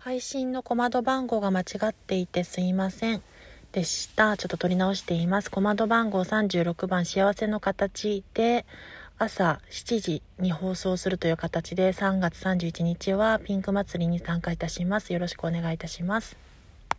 配信の小窓番号が間違っていてすいませんでした。ちょっと取り直しています。小窓番号36番幸せの形で朝7時に放送するという形で3月31日はピンク祭りに参加いたします。よろしくお願いいたします。